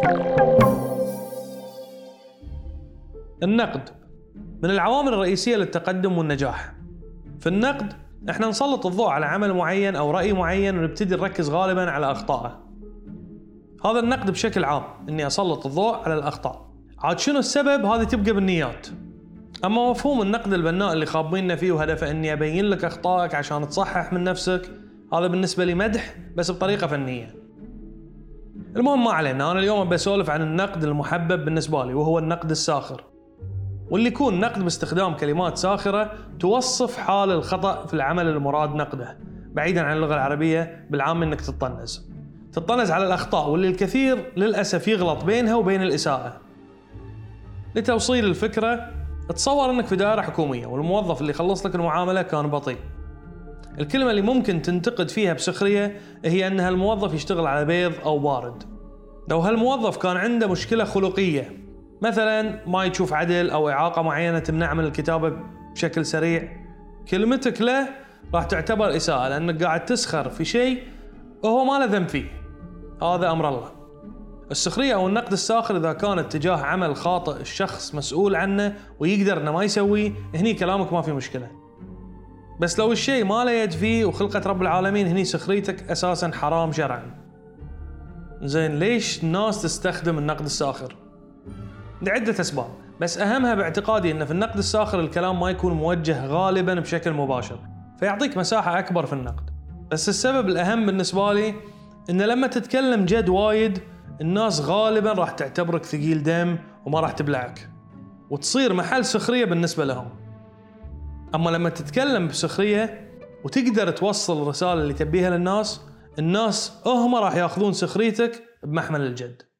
النقد من العوامل الرئيسية للتقدم والنجاح. في النقد احنا نسلط الضوء على عمل معين او رأي معين ونبتدي نركز غالبا على اخطائه. هذا النقد بشكل عام، اني اسلط الضوء على الاخطاء. عاد شنو السبب؟ هذه تبقى بالنيات. اما مفهوم النقد البناء اللي خابيننا فيه وهدفه اني ابين لك اخطائك عشان تصحح من نفسك، هذا بالنسبة لي مدح بس بطريقة فنية. المهم ما علينا، انا اليوم بسولف عن النقد المحبب بالنسبة لي، وهو النقد الساخر، واللي يكون نقد باستخدام كلمات ساخرة توصف حال الخطأ في العمل المراد نقده، بعيدا عن اللغة العربية بالعام انك تطنز على الأخطاء واللي الكثير للأسف يغلط بينها وبين الإساءة. لتوصيل الفكرة، تصور انك في دائرة حكومية والموظف اللي خلص لك المعاملة كان بطيء. الكلمة اللي ممكن تنتقد فيها بسخرية هي ان هالموظف يشتغل على بيض او بارد. لو هالموظف كان عنده مشكلة خلقية، مثلا ما يشوف عدل او اعاقة معينة تمنع من الكتابة بشكل سريع، كلمتك له راح تعتبر إساءة، لانك قاعد تسخر في شيء وهو ما له ذنب فيه. هذا امر الله. السخرية او النقد الساخر اذا كان اتجاه عمل خاطئ الشخص مسؤول عنه ويقدر انه ما يسويه، هني كلامك ما في مشكلة. بس لو الشيء ما له يد فيه وخلقة رب العالمين، هني سخريتك اساسا حرام شرعا. زين، ليش الناس تستخدم النقد الساخر؟ لعدة اسباب، بس اهمها باعتقادي ان في النقد الساخر الكلام ما يكون موجه غالبا بشكل مباشر، فيعطيك مساحة اكبر في النقد. بس السبب الاهم بالنسبة لي ان لما تتكلم جد وايد، الناس غالبا راح تعتبرك ثقيل دم وما راح تبلعك، وتصير محل سخرية بالنسبة لهم. اما لما تتكلم بسخرية وتقدر توصل الرسالة اللي تبيها للناس، الناس هم راح ياخذون سخريتك بمحمل الجد.